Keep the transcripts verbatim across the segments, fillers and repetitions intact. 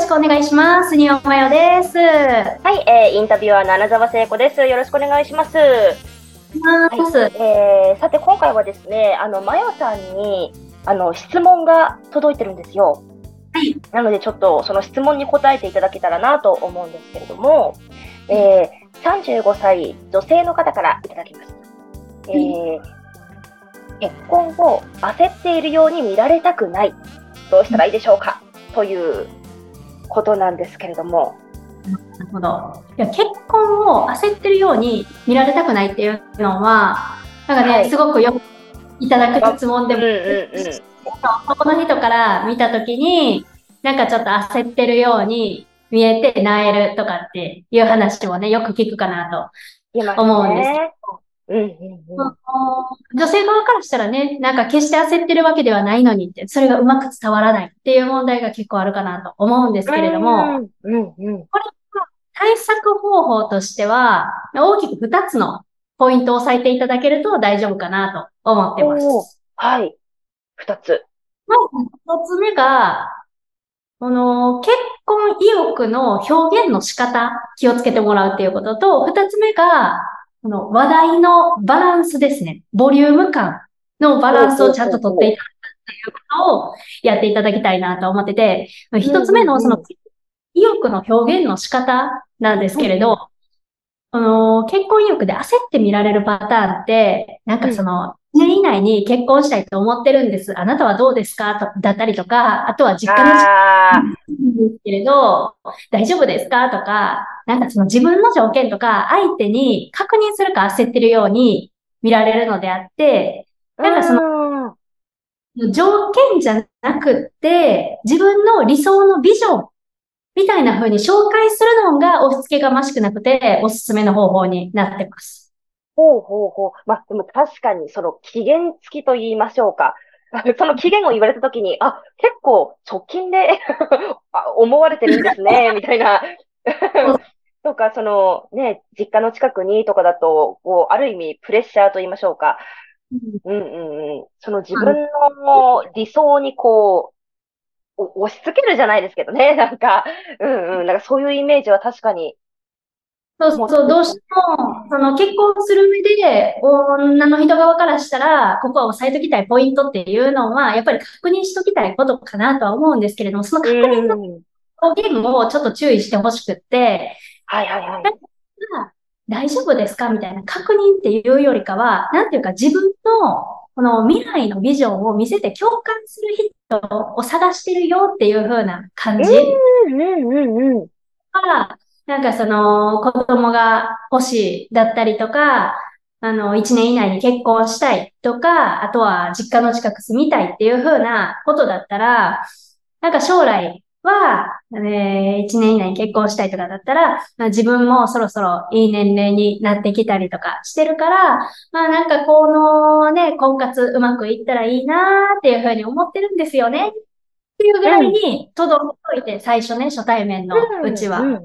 しくお願いします。におまよです。はい、えー、インタビュアーの穴澤聖子です。よろしくお願いします。 はい、 えー、さて今回はですね、あの、まよさんに、あの、質問が届いてるんですよ。 はい。 なのでちょっとその質問に答えていただけたらなと思うんですけれども、えー、さんじゅうごさい女性の方からいただきました。えー、結婚を焦っているように見られたくない。どうしたらいいでしょうかということなんですけれども。 なるほど。いや、結婚を焦ってるように見られたくないっていうのは、なんかね、はい、すごくよくいただく質問でも、うんうんうん、男の人から見たときに、なんかちょっと焦ってるように見えて萎えるとかっていう話をね、よく聞くかなと思うんですけど。うんうんうん、女性側からしたらね、なんか決して焦ってるわけではないのにって、それがうまく伝わらないっていう問題が結構あるかなと思うんですけれども、うんうんうん、これは対策方法としては、大きくふたつのポイントを押さえていただけると大丈夫かなと思ってます。 はい。ふたつ。 まずひとつめが、この結婚意欲の表現の仕方、気をつけてもらうっていうことと、ふたつめが、この話題のバランスですね。ボリューム感のバランスをちゃんと取っていただくっていうことをやっていただきたいなと思ってて、ひとつめのその意欲の表現の仕方なんですけれど、この結婚意欲で焦って見られるパターンって、なんかその、いちねん以内に結婚したいと思ってるんです。あなたはどうですかとだったりとか、あとは実家のですけれど、大丈夫ですかとか、なんかその自分の条件とか相手に確認するか焦ってるように見られるのであって、なんかその、条件じゃなくって、自分の理想のビジョンみたいな風に紹介するのが押し付けがましくなくて、おすすめの方法になってます。 ほうほうほう。まあ、でも確かにその期限付きと言いましょうか。その期限を言われたときに、あ、結構直近で思われてるんですね、みたいな。とか、そのね、実家の近くにとかだと、こう、ある意味プレッシャーと言いましょうか。うんうんうん。その自分の理想にこう、押し付けるじゃないですけどね、なんか、うんうん、なんかそういうイメージは確かに。 そうそう、どうしても、その結婚する上で、女の人側からしたら、ここは押さえときたいポイントっていうのは、やっぱり確認しときたいことかなとは思うんですけれども、その確認の表現もちょっと注意してほしくって、 はいはいはい。 大丈夫ですかみたいな確認っていうよりかは、なんていうか自分のこの未来のビジョンを見せて共感する人を探してるよっていう風な感じ。うんうんうんうん。が、なんかその子供が欲しいだったりとか、あの、一年以内に結婚したいとか、あとは実家の近く住みたいっていう風なことだったら、なんか将来は、えー、一年以内に結婚したいとかだったら、まあ、自分もそろそろいい年齢になってきたりとかしてるから、まあなんかこのね、婚活うまくいったらいいなーっていうふうに思ってるんですよね。っていうぐらいに、とどめといて、最初ね、初対面のうちは。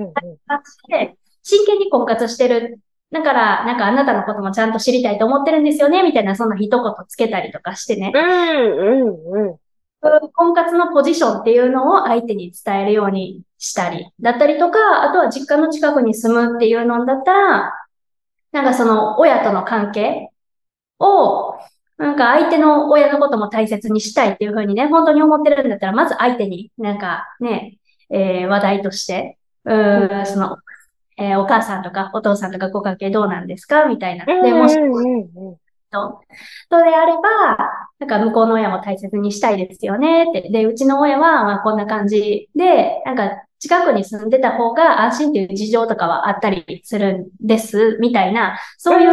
真剣に婚活してる。だから、なんかあなたのこともちゃんと知りたいと思ってるんですよね、みたいな、そんな一言つけたりとかしてね。うんうんうん。婚活のポジションっていうのを相手に伝えるようにしたり、だったりとか、あとは実家の近くに住むっていうのだったら、なんかその親との関係を、なんか相手の親のことも大切にしたいっていうふうにね、本当に思ってるんだったら、まず相手になんかね、えー、話題として、うーん、その、えー、お母さんとかお父さんとかご家系どうなんですかみたいな。で、もし、と、とであれば、なんか向こうの親も大切にしたいですよねって。で、うちの親はまあこんな感じで、なんか近くに住んでた方が安心っていう事情とかはあったりするんです、みたいな、そういう、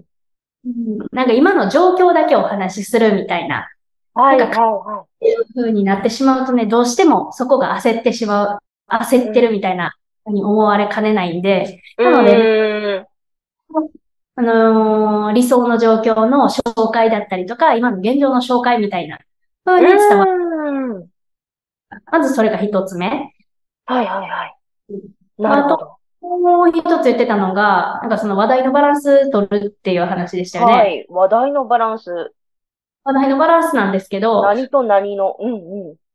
うん、なんか今の状況だけお話しするみたいな。はいはいはい。っていう風になってしまうとね、どうしてもそこが焦ってしまう、焦ってるみたいな風に思われかねないんで、なので、あのー、理想の状況の紹介だったりとか、今の現状の紹介みたいな風に伝わる。まずそれが一つ目。はいはいはい。なるほど。もう一つ言ってたのが、なんかその話題のバランス取るっていう話でしたよね。はい。話題のバランス。話題のバランスなんですけど。何と何の。うんうん。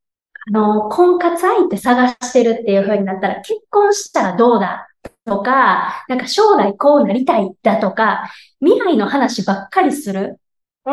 あの、婚活相手探してるっていう風になったら、結婚したらどうだとか、なんか将来こうなりたいだとか、未来の話ばっかりする。 うん。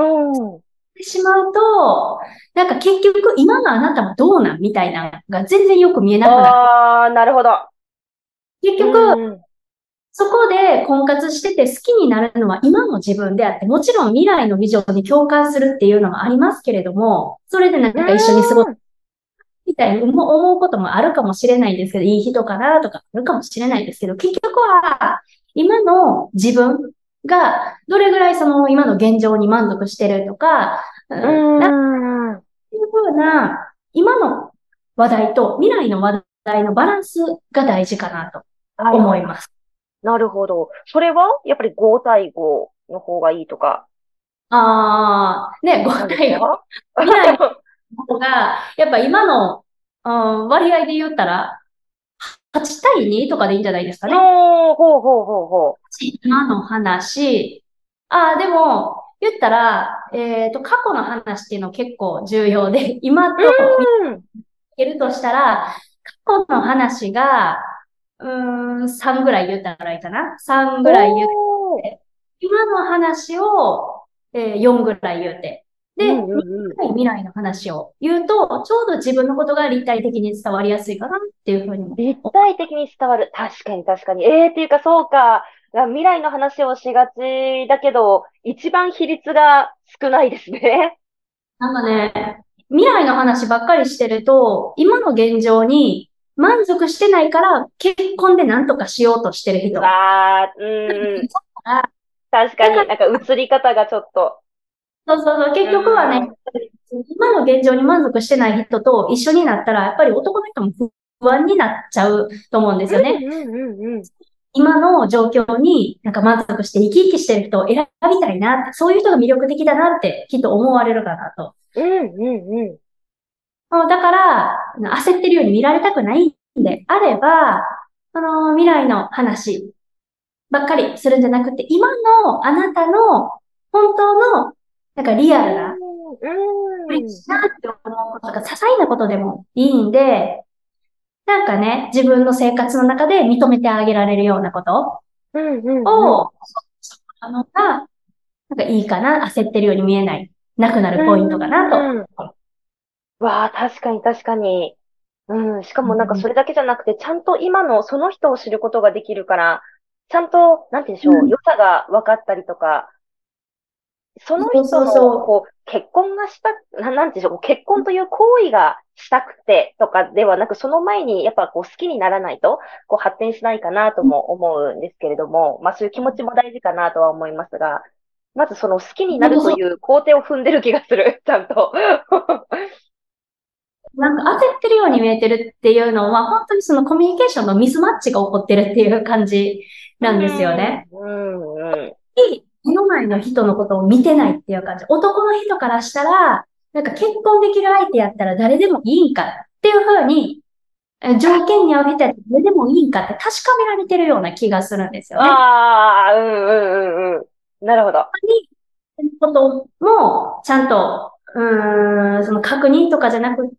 してしまうと、なんか結局今のあなたはどうなんみたいなのが全然よく見えなくなる。 ああ、なるほど。 結局、 うんうん。 そこで婚活してて好きになるのは今の自分であって、もちろん未来のビジョンに共感するっていうのもありますけれども、それでなんうか一緒に過ごすーん。 みたいに思思うこともあるかもしれないんですけど、いい人かなとかあるかもしれないですけど、結局は今の自分がどれぐらいその今の現状に満足してるとか、ううーん、なんかん。 そういうふうな今の話題と未来の話題のバランスが大事かなとはいはいはい。 思います。 なるほど。それは、やっぱりご対ごの方がいいとか、 ああ、ね、ごなんです対ご。 か？ 未来の方が、やっぱ今の、うん、割合で言ったら、はち対にとかでいいんじゃないですかね。 おー、ほうほうほうほ今の話。ああ、でも、言ったら、えっと、過去の話っていうの結構重要で、今う。 と見つうーん。 けるとしたら、過去の話が、うーん、さんぐらい言ったらいいかな。さんぐらい言っおー。 て、今の話を、えー、よんぐらい言うて。で、 うんうんうん。 短い未来の話を言うと、ちょうど自分のことが立体的に伝わりやすいかなっていうふうにも立思体的に伝わる。確かに確かに。ええー、っていうかそうか。未来の話をしがちだけど、一番比率が少ないですね。 う。なんかね、未来の話ばっかりしてると、今の現状に満足してないから結婚で何とかしようとしてるう人。 わー、うーん。確かに、 だから、 なんか映り方がちょっと。 そうそうそう、 う結局はね、 ーん。 今の現状に満足してない人と一緒になったら、やっぱり男の人も不安になっちゃうと思うんですよね。 うんうんうんうん。 今の状況になんか満足して生き生きしてる人を選びたいなって、そういう人が魅力的だなってきっと思われるかなと。 うんうんうん。 もうだから、焦ってるように見られたくないんであれば、その未来の話ばっかりするんじゃなくて、今のあなたの本当のなんかリうアルなんうん。 嬉しいなって思うことが些細なことでもいいんで、なんかね、自分の生活の中で認めてあげられるようなことうんうんうん。 を、あのが、なんかいいかな、焦ってるように見えない、なくなうるポイントかなと。 ん。わあ、確かに確かに。うん。しかもなんかそれだけじゃなくて、ちゃんと今のその人を知ることができるから、ちゃんと、なんて言うんでしょう、 うん。 良さが分かったりとか、そのそうそう人の、 そこう、結婚がした、な、なんていうんでしょう、結婚という行為がしたくてとかではなく、その前にやっぱこう好きにならないと、こう発展しないかなとう。 も思うんですけれども、まあそういう気持ちも大事かなとは思いますが、まずその好きにな本当そう。 るという工程を踏んでる気がする、ちゃんと。 なんか焦ってるように見えてるっていうのは、本当にそのコミュニケーションのミスマッチが起こってるっていう感じうなんですよん、 ね。 うん、うん。 目の前の人のことを見てないっていう感じ。男の人からしたら、なんか結婚できる相手やったら誰でもいいんかっていうふうに、え条件に合う人やったら誰でもいいんかって確かめられてるような気がするんですよね。 ああ、うん、うん、うん、うん。なるほど。 に、ことも、ちゃんと、うーん、その確認とかじゃなくって、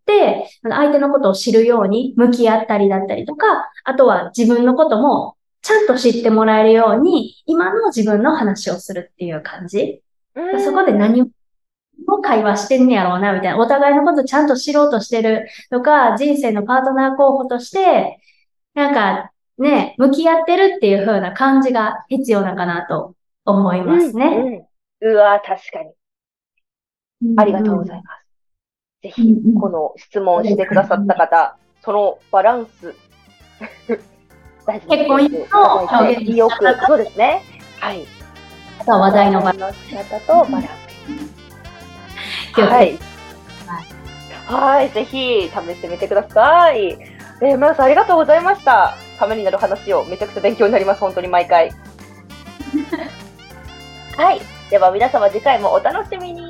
相手のことを知るように向き合ったりだったりとか、あとは自分のこともちゃんと知ってもらえるように、今の自分の話をするっていう感じ。 うそこでん、 何も会話してんねやろうな、みたいな。お互いのことちゃんと知ろうとしてるとか、人生のパートナー候補として、なんかね、向き合ってるっていう風な感じが必要なのかなと思いうん、 ますね。 うん。うわ、確かに。 うありがとうんうん。 ございます。ぜうんひ、 うん。 この質問してくださっそうですね。 た方、そのバランス、大事に結婚していていただいの表て、 現の仕よく、 方そうですね。はい。 と話題の場表現の仕方とバランス。 気をつけて。 はい。はい。ぜひ、試してみてください。えー、村さん、ありがとうございました。ためになる話をめちゃくちゃ勉強になります。本当に毎回。はい。では、皆様次回もお楽しみに。